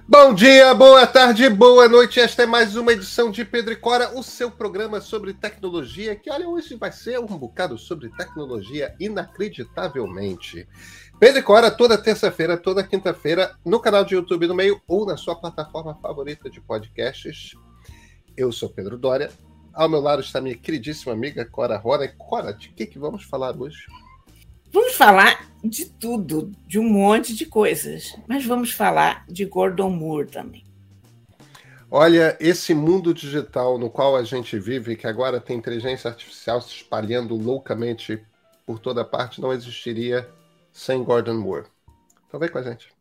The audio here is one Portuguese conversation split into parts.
Bom dia, boa tarde, boa noite. Esta é mais uma edição de Pedro e Cora, o seu programa sobre tecnologia, que, olha, hoje vai ser um bocado sobre tecnologia, inacreditavelmente. Pedro e Cora, toda terça-feira, toda quinta-feira, no canal de YouTube no Meio ou na sua plataforma favorita de podcasts. Eu sou Pedro Doria. Ao meu lado está minha queridíssima amiga Cora Rona. Cora, de que vamos falar hoje? Vamos falar de tudo, de um monte de coisas, mas vamos falar de Gordon Moore também. Olha, esse mundo digital no qual a gente vive, que agora tem inteligência artificial se espalhando loucamente por toda parte, não existiria sem Gordon Moore. Então vem com a gente.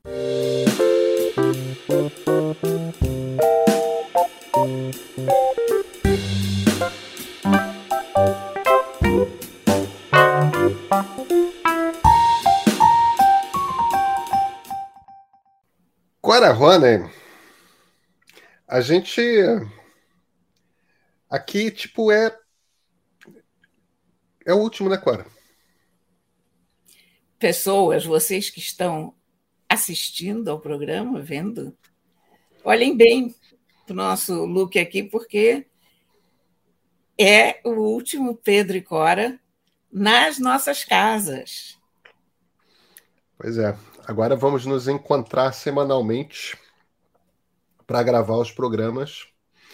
Cora Rona, a gente aqui, tipo, é o último, né, Cora? Pessoas, vocês que estão assistindo ao programa, vendo, olhem bem para o nosso look aqui, porque é o último Pedro e Cora nas nossas casas. Pois é. Agora vamos nos encontrar semanalmente para gravar os programas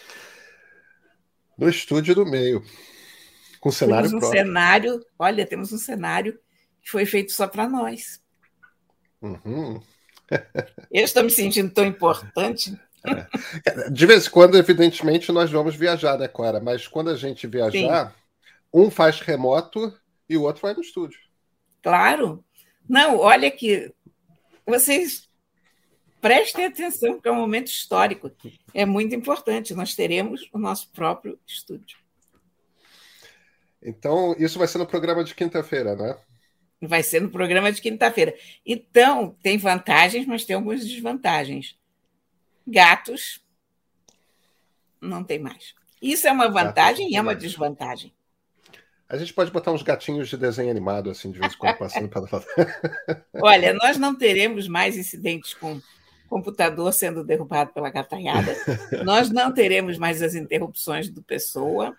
no estúdio do Meio, com cenário próprio. Temos um cenário que foi feito só para nós. Uhum. Eu estou me sentindo tão importante. De vez em quando, evidentemente, nós vamos viajar, né, Cora? Mas quando a gente viajar, sim, um faz remoto e o outro vai no estúdio. Claro. Não, olha que vocês prestem atenção, porque é um momento histórico. É muito importante. Nós teremos o nosso próprio estúdio. Então, isso vai ser no programa de quinta-feira, né? Vai ser no programa de quinta-feira. Então, tem vantagens, mas tem algumas desvantagens. Gatos, não tem mais. Isso é uma vantagem e é uma desvantagem. A gente pode botar uns gatinhos de desenho animado, assim, de vez em quando, passando pela... Olha, nós não teremos mais incidentes com computador sendo derrubado pela gatanhada. Nós não teremos mais as interrupções do Pessoa.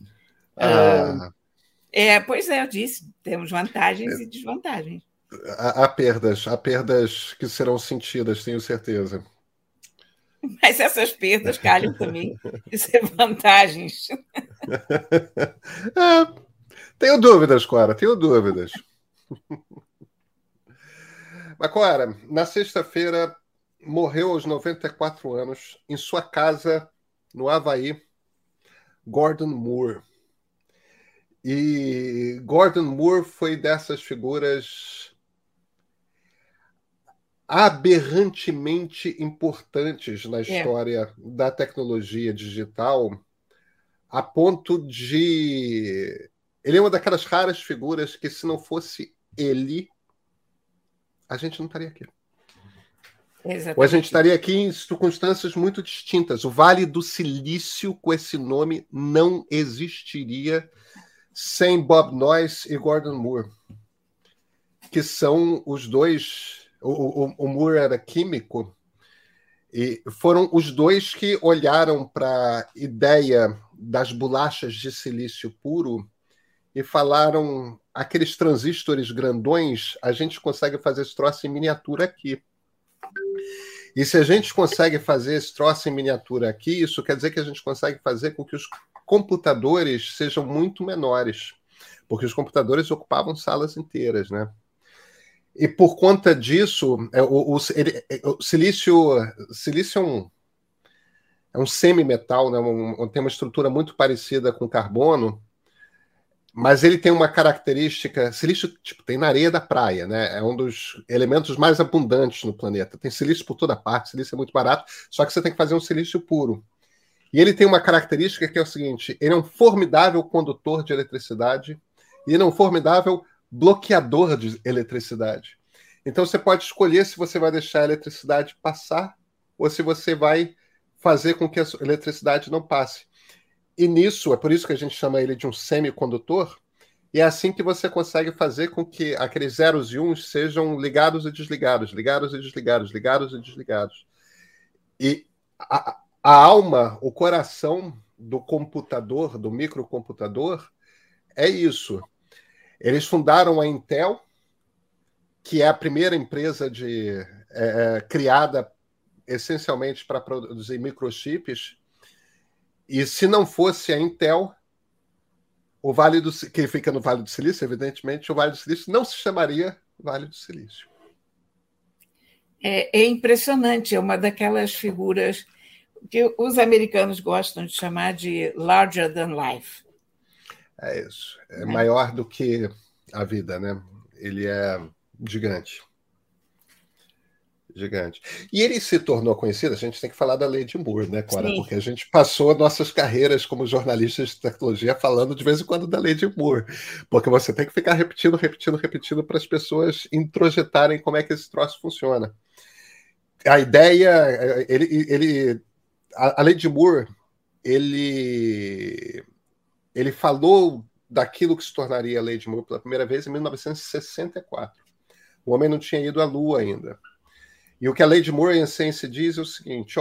Pois é, eu disse, temos vantagens e desvantagens. Há perdas que serão sentidas, tenho certeza. Mas essas perdas calham também de ser vantagens. Tenho dúvidas, Cora, tenho dúvidas. Mas, Cora, na sexta-feira morreu aos 94 anos, em sua casa, no Havaí, Gordon Moore. E Gordon Moore foi dessas figuras aberrantemente importantes na história da tecnologia digital, a ponto de... Ele é uma daquelas raras figuras que, se não fosse ele, a gente não estaria aqui. Exatamente. Ou a gente estaria aqui em circunstâncias muito distintas. O Vale do Silício, com esse nome, não existiria sem Bob Noyce e Gordon Moore, que são os dois... O Moore era químico, e foram os dois que olharam para a ideia das bolachas de silício puro e falaram: aqueles transistores grandões, a gente consegue fazer esse troço em miniatura aqui. E se a gente consegue fazer esse troço em miniatura aqui, isso quer dizer que a gente consegue fazer com que os computadores sejam muito menores, porque os computadores ocupavam salas inteiras, né? E por conta disso, o silício é um semimetal, né? Tem uma estrutura muito parecida com carbono, mas ele tem uma característica... Silício, tipo, tem na areia da praia, né? É um dos elementos mais abundantes no planeta. Tem silício por toda parte, silício é muito barato, só que você tem que fazer um silício puro. E ele tem uma característica que é o seguinte: ele é um formidável condutor de eletricidade e ele é um formidável bloqueador de eletricidade. Então você pode escolher se você vai deixar a eletricidade passar ou se você vai fazer com que a eletricidade não passe. E nisso, é por isso que a gente chama ele de um semicondutor, e é assim que você consegue fazer com que aqueles zeros e uns sejam ligados e desligados, ligados e desligados, ligados e desligados. E a alma, o coração do computador, do microcomputador, é isso. Eles fundaram a Intel, que é a primeira empresa criada essencialmente para produzir microchips. E se não fosse a Intel, o Vale do que fica no Vale do Silício, evidentemente, o Vale do Silício não se chamaria Vale do Silício. É impressionante, é uma daquelas figuras que os americanos gostam de chamar de larger than life. É isso. É maior do que a vida, né? Ele é gigante. Gigante. E ele se tornou conhecido, a gente tem que falar da Lei de Moore, né, Cora? Sim. Porque a gente passou nossas carreiras como jornalistas de tecnologia falando de vez em quando da Lei de Moore. Porque você tem que ficar repetindo para as pessoas introjetarem como é que esse troço funciona. A ideia, a Lei de Moore, ele falou daquilo que se tornaria a Lei de Moore pela primeira vez em 1964. O homem não tinha ido à Lua ainda. E o que a Lei de Moore, em essência, diz é o seguinte,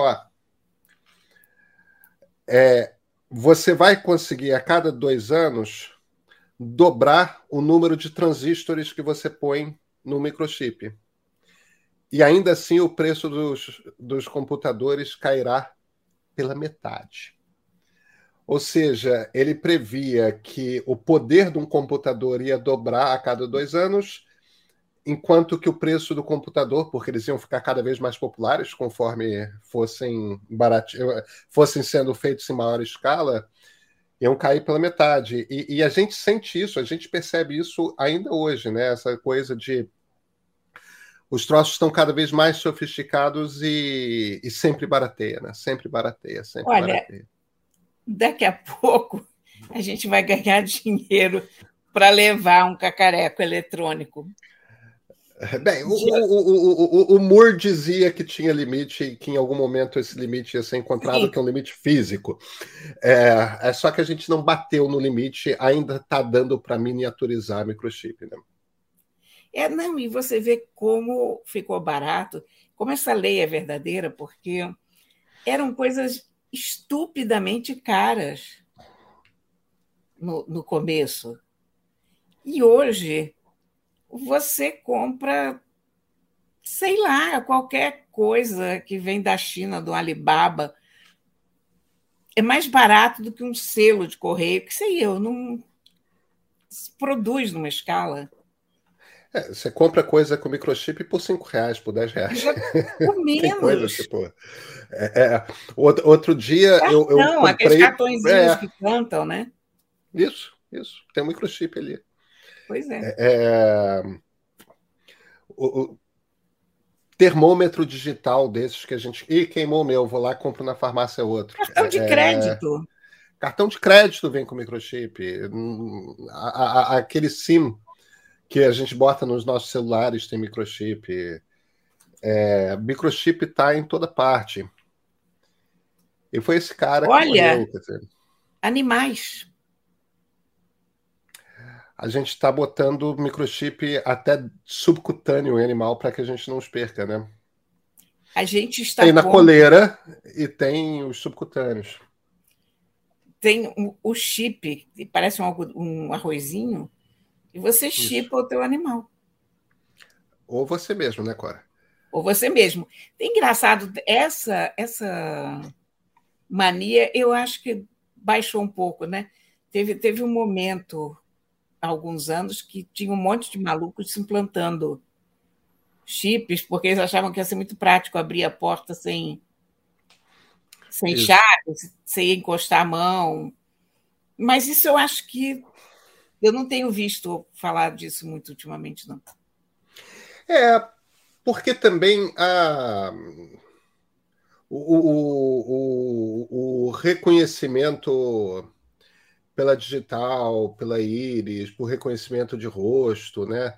você vai conseguir, a cada 2 anos, dobrar o número de transistores que você põe no microchip. E ainda assim o preço dos computadores cairá pela metade. Ou seja, ele previa que o poder de um computador ia dobrar a cada 2 anos, enquanto que o preço do computador, porque eles iam ficar cada vez mais populares conforme fossem sendo feitos em maior escala, iam cair pela metade. E a gente sente isso, a gente percebe isso ainda hoje, né? Essa coisa de os troços estão cada vez mais sofisticados e sempre barateia, né? Sempre barateia, sempre barateia. Daqui a pouco a gente vai ganhar dinheiro para levar um cacareco eletrônico. Bem, o Moore dizia que tinha limite e que em algum momento esse limite ia ser encontrado, que é um limite físico. É só que a gente não bateu no limite, ainda está dando para miniaturizar microchip, né? Não, e você vê como ficou barato, como essa lei é verdadeira, porque eram coisas estupidamente caras no começo. E hoje você compra, sei lá, qualquer coisa que vem da China, do Alibaba, é mais barato do que um selo de correio, que sei eu, não se produz numa escala. Você compra coisa com microchip por R$5, por R$10. Por menos. Tem coisa, tipo... Outro dia eu comprei... Aqueles cartõezinhos que cantam, né? Isso. Tem um microchip ali. Pois é. O termômetro digital desses que a gente... Ih, queimou o meu, vou lá e compro na farmácia outro. Cartão de crédito. Cartão de crédito vem com microchip. Aquele SIM que a gente bota nos nossos celulares tem microchip. Microchip está em toda parte. E foi esse cara que morreu. Quer dizer, animais. A gente está botando microchip até subcutâneo em animal para que a gente não os perca, né? A gente está tem na coleira e tem os subcutâneos. Tem o chip, que parece um arrozinho, e você chipa o teu animal. Ou você mesmo, né, Cora? Ou você mesmo. É engraçado, essa mania, eu acho que baixou um pouco, né? Teve um momento, há alguns anos, que tinha um monte de malucos se implantando chips, porque eles achavam que ia ser muito prático abrir a porta sem chave, sem encostar a mão. Mas isso eu acho que eu não tenho visto falar disso muito ultimamente, não. Porque também o reconhecimento pela digital, pela íris, por reconhecimento de rosto, né?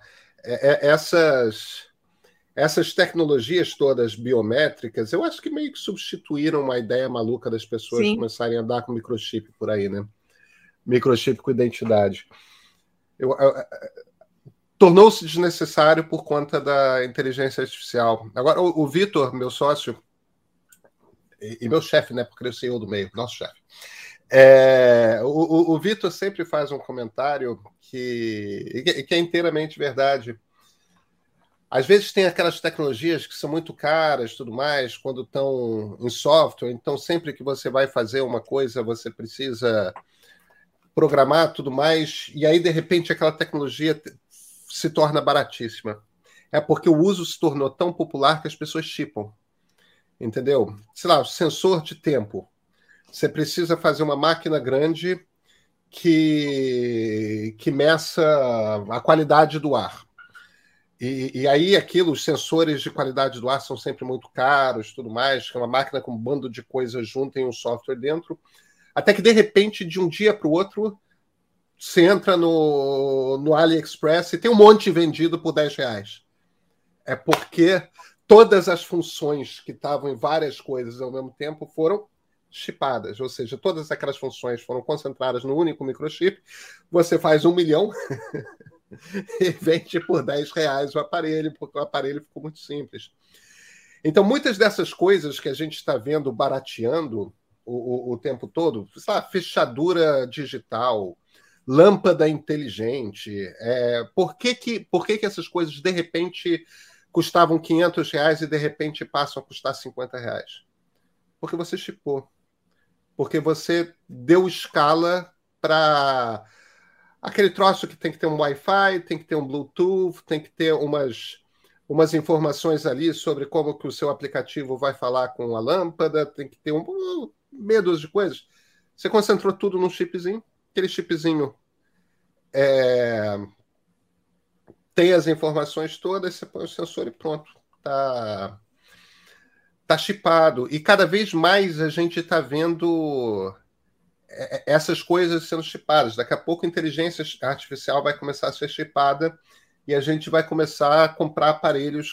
Essas tecnologias todas biométricas, eu acho que meio que substituíram uma ideia maluca das pessoas começarem a andar com microchip por aí, né? Microchip com identidade. Tornou-se desnecessário por conta da inteligência artificial. Agora, o Vitor, meu sócio, e meu chefe, né? Porque eu sei eu do meio, nosso chefe. O Vitor sempre faz um comentário que é inteiramente verdade. Às vezes tem aquelas tecnologias que são muito caras, tudo mais, quando estão em software. Então, sempre que você vai fazer uma coisa, você precisa programar tudo mais, e aí, de repente, aquela tecnologia se torna baratíssima. É porque o uso se tornou tão popular que as pessoas chipam. Entendeu? Sei lá, sensor de tempo. Você precisa fazer uma máquina grande que meça a qualidade do ar. E aí aquilo, os sensores de qualidade do ar são sempre muito caros, tudo mais, que é uma máquina com um bando de coisas junto em um software dentro, até que de repente, de um dia para o outro, você entra no AliExpress e tem um monte vendido por R$10. É porque todas as funções que estavam em várias coisas ao mesmo tempo foram chipadas, ou seja, todas aquelas funções foram concentradas no único microchip. Você faz 1 milhão e vende por R$10 o aparelho, porque o aparelho ficou muito simples. Então, muitas dessas coisas que a gente está vendo barateando o tempo todo, sabe, fechadura digital, lâmpada inteligente, por que essas coisas, de repente, custavam R$500 e, de repente, passam a custar R$50? Porque você chipou. Porque você deu escala para aquele troço que tem que ter um Wi-Fi, tem que ter um Bluetooth, tem que ter umas informações ali sobre como que o seu aplicativo vai falar com a lâmpada, tem que ter meia dúzia de coisas. Você concentrou tudo num chipzinho, aquele chipzinho tem as informações todas, você põe o sensor e pronto. Tá chipado. E cada vez mais a gente está vendo essas coisas sendo chipadas. Daqui a pouco a inteligência artificial vai começar a ser chipada e a gente vai começar a comprar aparelhos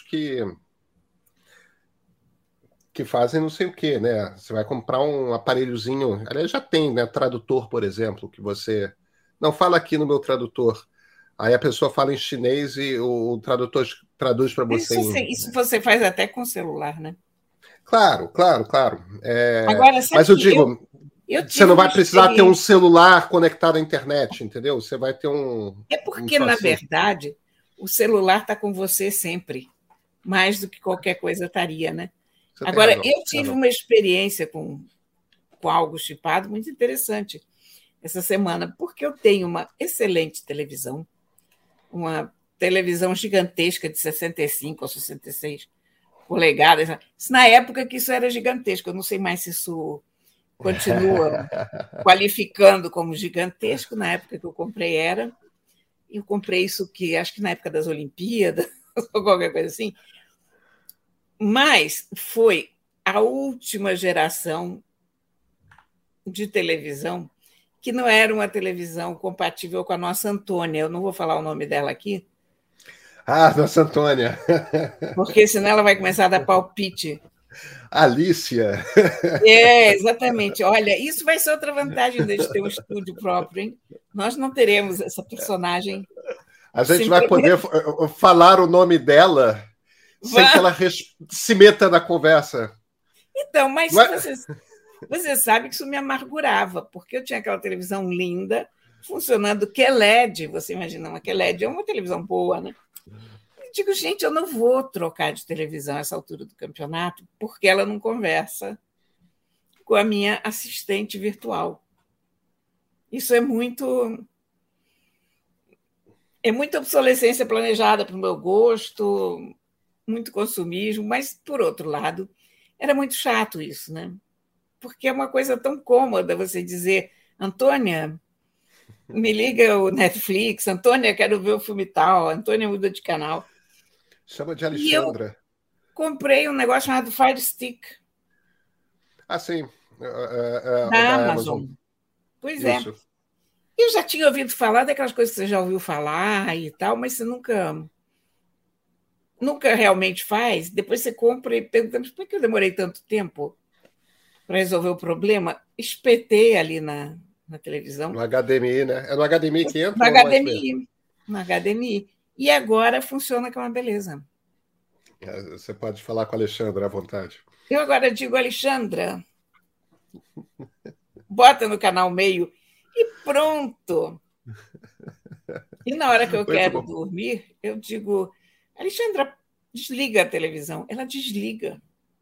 que fazem não sei o quê, né? Você vai comprar um aparelhozinho, aliás, já tem, né? Tradutor, por exemplo, que você... Não, fala aqui no meu tradutor. Aí a pessoa fala em chinês e o tradutor traduz para você Isso você faz até com o celular, né? Claro. Agora, Mas eu digo, você não vai precisar ter um celular conectado à internet, entendeu? Você vai ter É porque, na verdade, o celular está com você sempre, mais do que qualquer coisa estaria, né? Agora, eu tive uma experiência com algo chipado muito interessante essa semana, porque eu tenho uma excelente televisão, uma televisão gigantesca de 65 ou 66 polegadas. Isso na época que isso era gigantesco, eu não sei mais se isso continua qualificando como gigantesco, na época que eu comprei era. Eu comprei isso que acho que na época das Olimpíadas, ou qualquer coisa assim. Mas foi a última geração de televisão que não era uma televisão compatível com a nossa Antônia. Eu não vou falar o nome dela aqui. Ah, nossa Antônia. Porque senão ela vai começar a dar palpite. Alicia. Exatamente. Olha, isso vai ser outra vantagem de ter um estúdio próprio, hein? Nós não teremos essa personagem. A gente vai poder falar o nome dela sem que ela se meta na conversa. Então, mas você sabe que isso me amargurava, porque eu tinha aquela televisão linda, funcionando QLED. Você imagina, uma QLED é uma televisão boa, né? Eu digo, gente, eu não vou trocar de televisão a essa altura do campeonato, porque ela não conversa com a minha assistente virtual. Isso é muita obsolescência planejada para o meu gosto, muito consumismo, mas, por outro lado, era muito chato isso, né? Porque é uma coisa tão cômoda você dizer, Antônia, me liga o Netflix, Antônia, quero ver o filme tal, Antônia, muda de canal. Chama de Alexandra. E eu comprei um negócio chamado Fire Stick. Ah, sim. Da Amazon. Pois é. Eu já tinha ouvido falar daquelas coisas que você já ouviu falar e tal, mas você nunca realmente faz. Depois você compra e pergunta, mas por que eu demorei tanto tempo para resolver o problema? Espetei ali na televisão. No HDMI, né? É no HDMI que entra? No HDMI. E agora funciona com uma beleza. Você pode falar com a Alexandra à vontade. Eu agora digo, Alexandra, bota no canal meio e pronto. E na hora que eu quero dormir, eu digo, Alexandra, desliga a televisão. Ela desliga.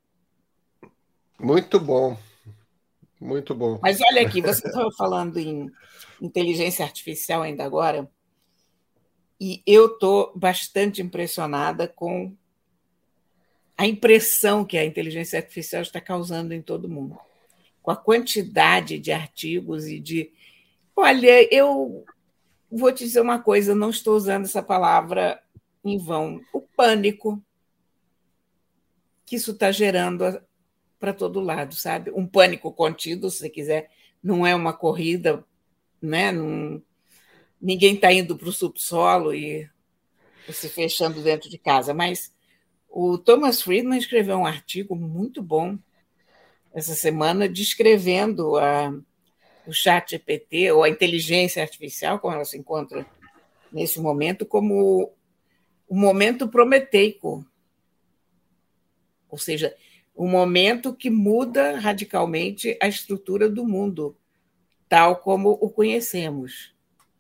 Muito bom. Muito bom. Mas olha aqui, você estava falando em inteligência artificial ainda agora, e eu estou bastante impressionada com a impressão que a inteligência artificial está causando em todo mundo, com a quantidade de artigos e de... Olha, eu vou te dizer uma coisa, não estou usando essa palavra em vão. O pânico que isso está gerando para todo lado, sabe? Um pânico contido, se você quiser, não é uma corrida, né? Ninguém está indo para o subsolo e se fechando dentro de casa, mas o Thomas Friedman escreveu um artigo muito bom essa semana descrevendo o ChatGPT, ou a inteligência artificial, como ela se encontra nesse momento, como o momento prometeico. Ou seja, um momento que muda radicalmente a estrutura do mundo, tal como o conhecemos.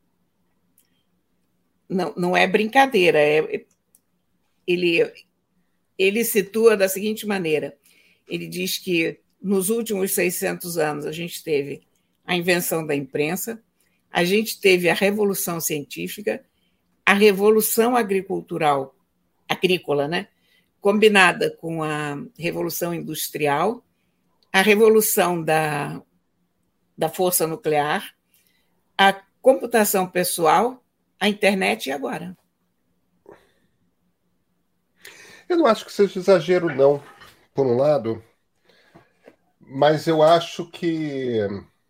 Não é brincadeira. Ele situa da seguinte maneira. Ele diz que nos últimos 600 anos a gente teve a invenção da imprensa, a gente teve a revolução científica, a revolução agrícola, né? Combinada com a revolução industrial, a revolução da força nuclear, a computação pessoal, a internet e agora. Eu não acho que seja exagero, não, por um lado, mas eu acho que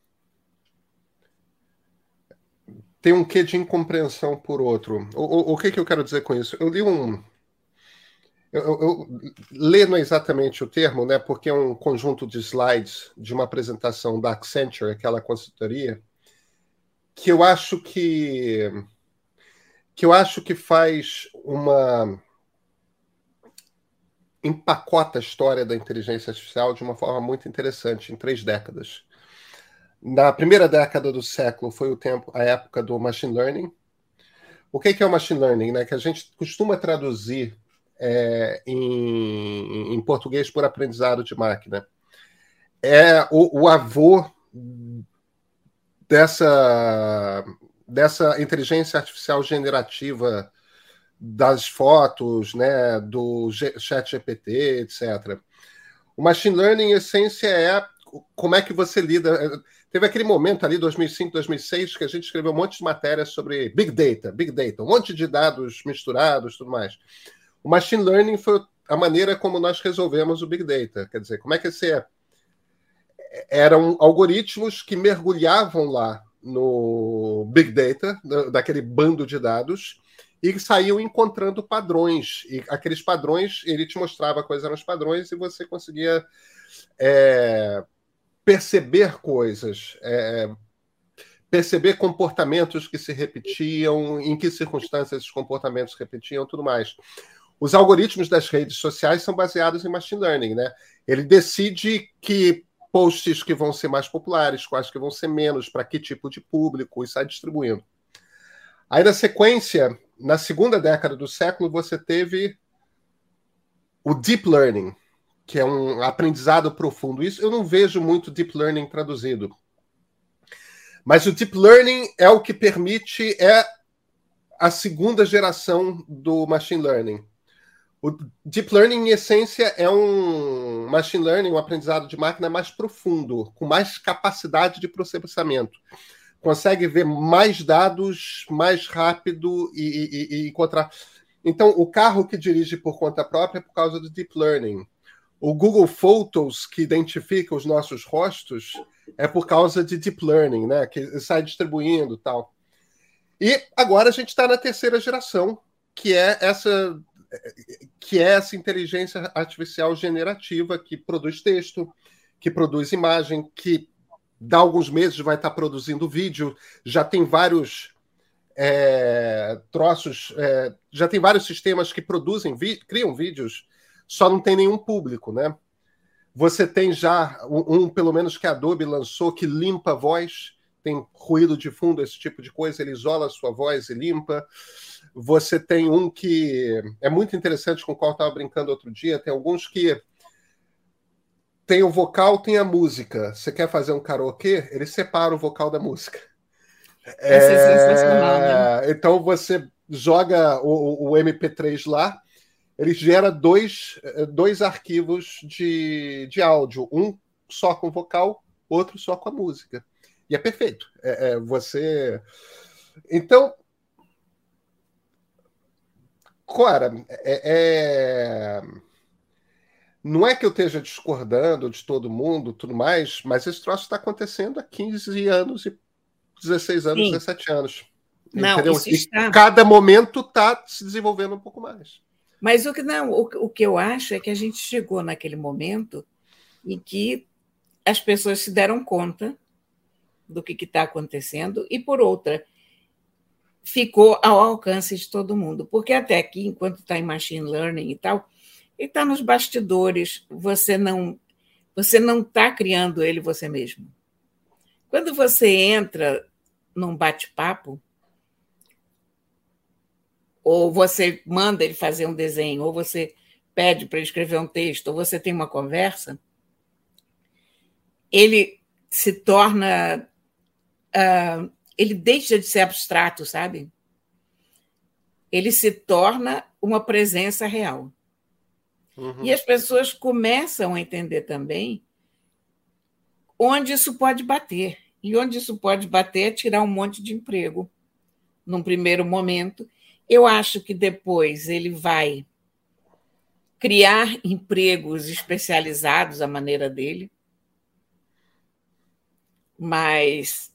tem um quê de incompreensão por outro. O que eu quero dizer com isso? Eu li eu ler não é exatamente o termo, né? Porque é um conjunto de slides de uma apresentação da Accenture, aquela consultoria, que eu acho que faz empacota a história da inteligência artificial de uma forma muito interessante em 3 décadas. Na primeira década do século foi a época do machine learning. O que é o machine learning, né? Que a gente costuma traduzir em português por aprendizado de máquina. É o avô dessa inteligência artificial generativa das fotos, né, do ChatGPT, etc. O machine learning, em essência, é como é que você lida. Teve aquele momento ali, 2005, 2006, que a gente escreveu um monte de matérias sobre Big Data, um monte de dados misturados, tudo mais. O machine learning foi a maneira como nós resolvemos o Big Data. Quer dizer, como é que eram algoritmos que mergulhavam lá no Big Data, daquele bando de dados, e saíam encontrando padrões. E aqueles padrões, ele te mostrava quais eram os padrões e você conseguia perceber coisas, perceber comportamentos que se repetiam, em que circunstâncias esses comportamentos se repetiam, tudo mais. Os algoritmos das redes sociais são baseados em machine learning, né? Ele decide que posts que vão ser mais populares, quais que vão ser menos, para que tipo de público, e sai distribuindo. Aí, na sequência, na segunda década do século, você teve o deep learning, que é um aprendizado profundo. Isso eu não vejo muito deep learning traduzido. Mas o deep learning é o que permite, a segunda geração do machine learning. O deep learning, em essência, é um machine learning, um aprendizado de máquina mais profundo, com mais capacidade de processamento. Consegue ver mais dados mais rápido e encontrar. Então, o carro que dirige por conta própria é por causa do deep learning. O Google Photos, que identifica os nossos rostos, é por causa de deep learning, né? Que sai distribuindo e tal. E agora a gente está na terceira geração, que é essa inteligência artificial generativa que produz texto, que produz imagem, que dá alguns meses vai estar produzindo vídeo, já tem vários já tem vários sistemas que criam vídeos, só não tem nenhum público, né? Você tem já pelo menos, que a Adobe lançou, que limpa a voz, tem ruído de fundo, esse tipo de coisa, ele isola a sua voz e limpa. Você tem um que é muito interessante, com o qual eu estava brincando outro dia, tem alguns que tem o vocal, tem a música. Você quer fazer um karaokê? Ele separa o vocal da música. Isso é sensacional, né? Então você joga o MP3 lá, ele gera dois arquivos de áudio, um só com vocal, outro só com a música. E é perfeito. Você. Então, Cora, não é que eu esteja discordando de todo mundo, tudo mais, mas esse troço está acontecendo há 15 anos e 16 anos, Sim. 17 anos. Não, Entendeu? isso está... E cada momento está se desenvolvendo um pouco mais. Mas o que eu acho é que a gente chegou naquele momento em que as pessoas se deram conta do que está acontecendo e, por outra, ficou ao alcance de todo mundo. Porque até aqui, enquanto está em machine learning e tal, ele está nos bastidores, você não está criando ele você mesmo. Quando você entra num bate-papo, ou você manda ele fazer um desenho, ou você pede para ele escrever um texto, ou você tem uma conversa, ele se torna... ele deixa de ser abstrato, sabe? Ele se torna uma presença real. Uhum. E as pessoas começam a entender também onde isso pode bater. E onde isso pode bater é tirar um monte de emprego, num primeiro momento. Eu acho que depois ele vai criar empregos especializados à maneira dele, mas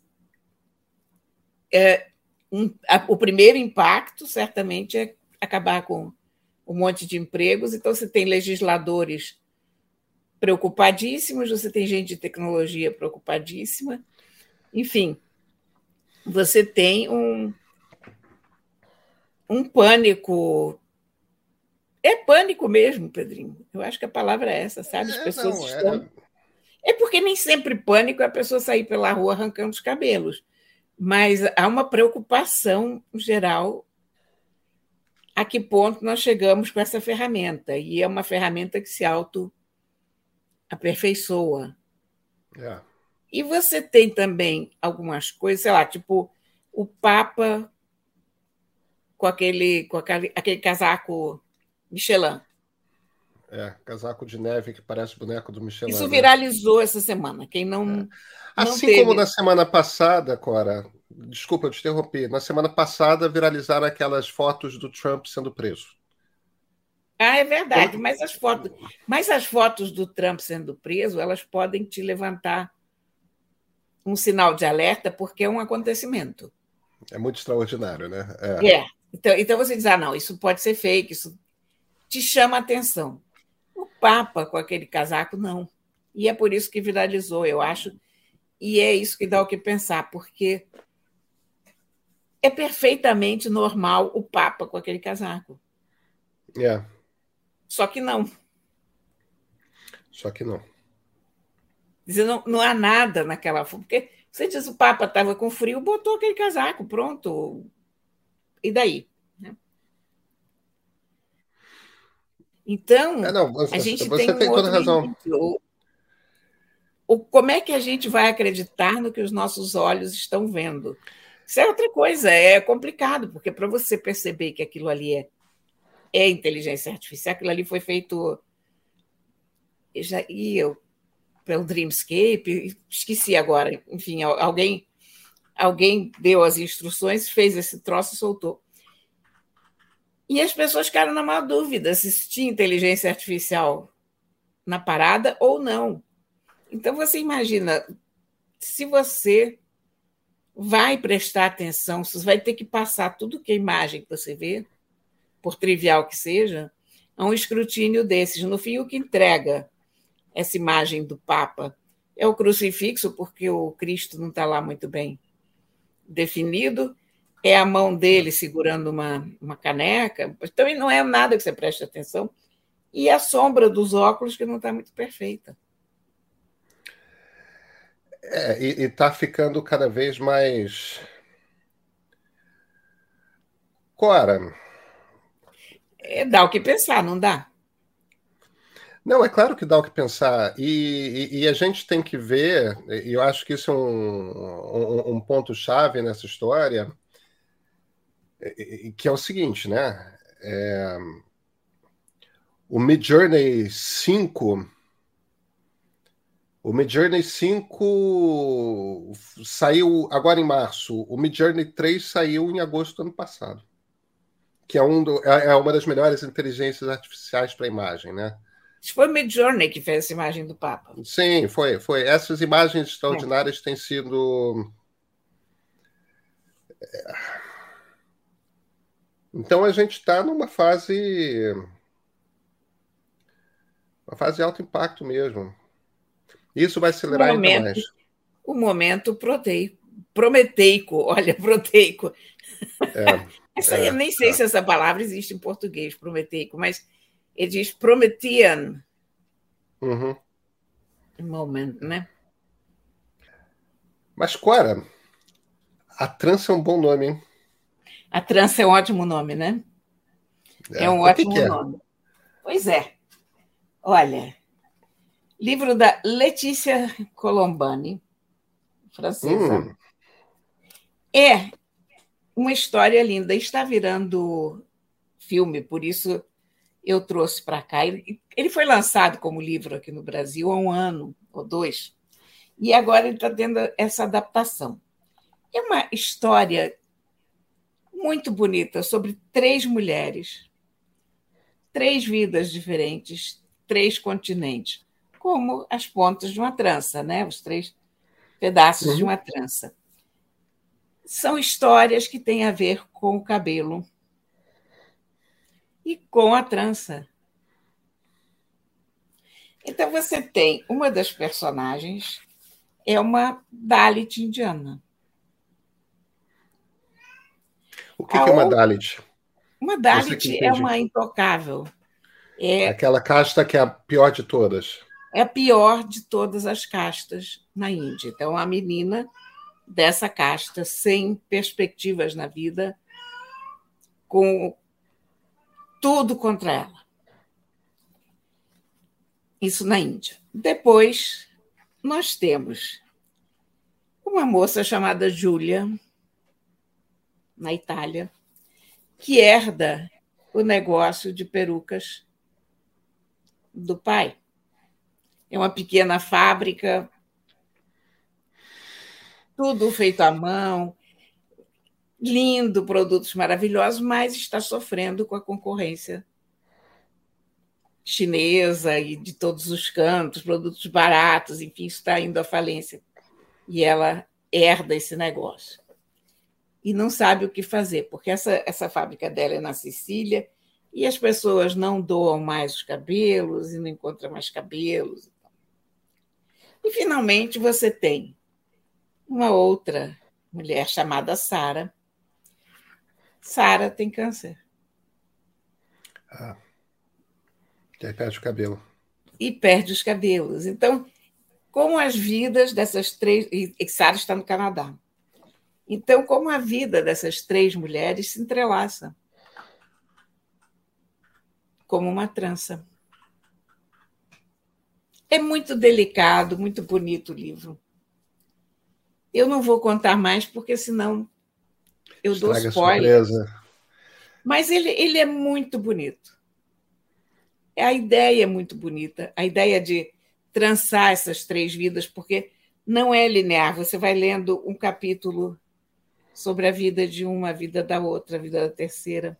o primeiro impacto, certamente, é acabar com um monte de empregos. Então, você tem legisladores preocupadíssimos, você tem gente de tecnologia preocupadíssima. Enfim, você tem um pânico. É pânico mesmo, Pedrinho. Eu acho que a palavra é essa, sabe? As pessoas estão... É porque nem sempre pânico é a pessoa sair pela rua arrancando os cabelos, mas há uma preocupação geral a que ponto nós chegamos com essa ferramenta. E é uma ferramenta que se auto-aperfeiçoa. E você tem também algumas coisas, sei lá, tipo o Papa com aquele casaco Michelin. Casaco de neve que parece boneco do Michelin. Isso viralizou essa semana. Quem não assim teve... como na semana passada, Cora, desculpa, eu te interrompi, na semana passada viralizaram aquelas fotos do Trump sendo preso. É verdade, mas as fotos do Trump sendo preso, elas podem te levantar um sinal de alerta, porque é um acontecimento. É muito extraordinário, né? Então você diz, não, isso pode ser fake, isso te chama a atenção. O Papa com aquele casaco, não. E é por isso que viralizou, eu acho, e é isso que dá o que pensar, porque é perfeitamente normal o Papa com aquele casaco. Só que não. Não há nada naquela foto, porque você diz o Papa estava com frio, botou aquele casaco, pronto. E daí? Então, a gente tem um outro limite. Como é que a gente vai acreditar no que os nossos olhos estão vendo? Isso é outra coisa, é complicado, porque para você perceber que aquilo ali é inteligência artificial, aquilo ali foi feito... pelo Dreamscape, esqueci agora, enfim, alguém deu as instruções, fez esse troço e soltou. E as pessoas ficaram na maior dúvida se tinha inteligência artificial na parada ou não. Então, você imagina, se você vai prestar atenção, você vai ter que passar tudo que é imagem que você vê, por trivial que seja, a um escrutínio desses. No fim, o que entrega essa imagem do Papa é o crucifixo, porque o Cristo não está lá muito bem definido, é a mão dele segurando uma caneca, também não é nada que você preste atenção, e a sombra dos óculos que não está muito perfeita. E está ficando cada vez mais. Cora. Dá o que pensar, não dá? Não, é claro que dá o que pensar. E a gente tem que ver, e eu acho que isso é um ponto-chave nessa história, que é o seguinte, né? O Midjourney 5. O Midjourney 5 saiu agora em março. O Midjourney 3 saiu em agosto do ano passado. Que é uma das melhores inteligências artificiais para imagem, né? Foi o Midjourney que fez essa imagem do Papa. Sim, foi. Essas imagens extraordinárias têm sido. Então a gente está numa fase de alto impacto mesmo. Isso vai acelerar ainda mais. O momento prometeico, olha, proteico. Eu nem sei se essa palavra existe em português, prometeico, mas ele diz Promethean moment, né? Mas, Cora, a trança é um bom nome, hein? A trança é um ótimo nome, né? É um ótimo nome. Pois é. Olha, livro da Letícia Colombani, francesa. É uma história linda. Está virando filme, por isso eu trouxe para cá. Ele foi lançado como livro aqui no Brasil há 1 ano ou 2, e agora ele está tendo essa adaptação. É uma história muito bonita sobre 3 mulheres, 3 vidas diferentes, 3 continentes, como as pontas de uma trança, né? Os 3 pedaços de uma trança. São histórias que têm a ver com o cabelo e com a trança. Então, você tem uma das personagens, é uma Dalit indiana. O que é uma Dalit? Uma Dalit é uma intocável. Aquela casta que é a pior de todas. É a pior de todas as castas na Índia. Então, a menina dessa casta, sem perspectivas na vida, com tudo contra ela. Isso na Índia. Depois, nós temos uma moça chamada Júlia, na Itália, que herda o negócio de perucas do pai. É uma pequena fábrica, tudo feito à mão, lindo, produtos maravilhosos, mas está sofrendo com a concorrência chinesa e de todos os cantos, produtos baratos, enfim, está indo à falência. E ela herda esse negócio. E não sabe o que fazer, porque essa fábrica dela é na Sicília e as pessoas não doam mais os cabelos e não encontram mais cabelos. E, finalmente, você tem uma outra mulher chamada Sara. Sara tem câncer. E aí perde o cabelo. E perde os cabelos. Então, como as vidas dessas 3... E Sara está no Canadá. Então, como a vida dessas 3 mulheres se entrelaça como uma trança. É muito delicado, muito bonito o livro. Eu não vou contar mais, porque senão eu Estraga dou spoiler. Surpresa. Mas ele é muito bonito. A ideia é muito bonita, a ideia de trançar essas 3 vidas, porque não é linear. Você vai lendo um capítulo sobre a vida de uma, a vida da outra, a vida da terceira.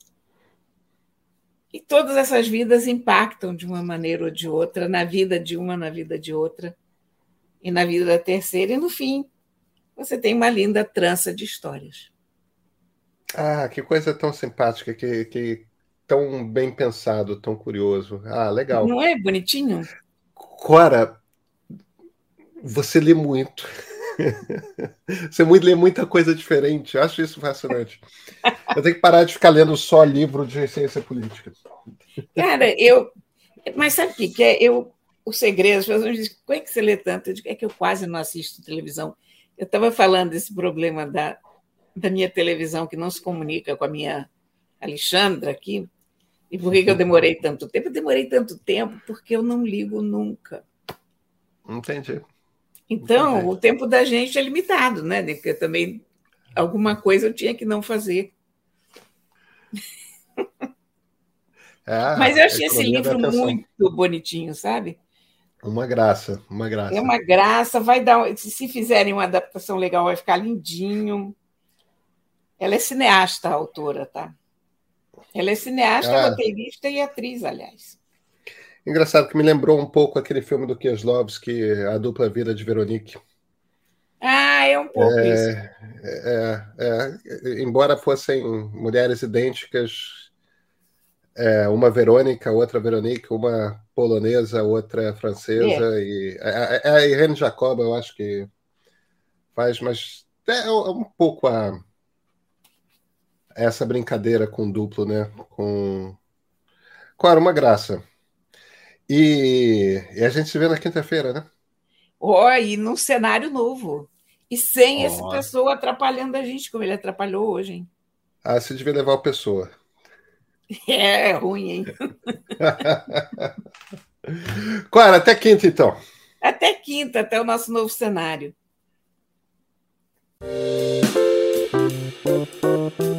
E todas essas vidas impactam de uma maneira ou de outra, na vida de uma, na vida de outra, e na vida da terceira, e no fim, você tem uma linda trança de histórias. Ah, que coisa tão simpática, que tão bem pensado, tão curioso. Ah, legal. Não é bonitinho? Cora, você lê muito. Você lê muita coisa diferente. Eu acho isso fascinante. Eu tenho que parar de ficar lendo só livro de ciência política. Cara, mas sabe o que é? O Segredo, as pessoas dizem, como é que você lê tanto? Eu digo, é que eu quase não assisto televisão. Eu estava falando desse problema da minha televisão que não se comunica com a minha Alexandra aqui. E por que eu demorei tanto tempo? Eu demorei tanto tempo porque eu não ligo nunca. Entendi. Então, entendi. O tempo da gente é limitado, né? Porque também alguma coisa eu tinha que não fazer. Mas eu achei esse livro muito bonitinho, sabe? Uma graça, uma graça. É uma graça, vai dar. Se fizerem uma adaptação legal, vai ficar lindinho. Ela é cineasta, a autora, tá? Ela é cineasta, roteirista e atriz, aliás. Engraçado que me lembrou um pouco aquele filme do Kieslowski, A Dupla Vida de Veronique. Ah, é um pouco isso. Embora fossem mulheres idênticas, uma Verônica, outra Veronique, uma polonesa, outra francesa, e a Irene Jacob, eu acho que faz, mas é um pouco essa brincadeira com duplo, né? Claro, uma graça. E a gente se vê na quinta-feira, né? E num cenário novo. E sem essa pessoa atrapalhando a gente, como ele atrapalhou hoje, hein? Ah, você devia levar o Pessoa. É ruim, hein? Claro, até quinta, então. Até quinta, até o nosso novo cenário.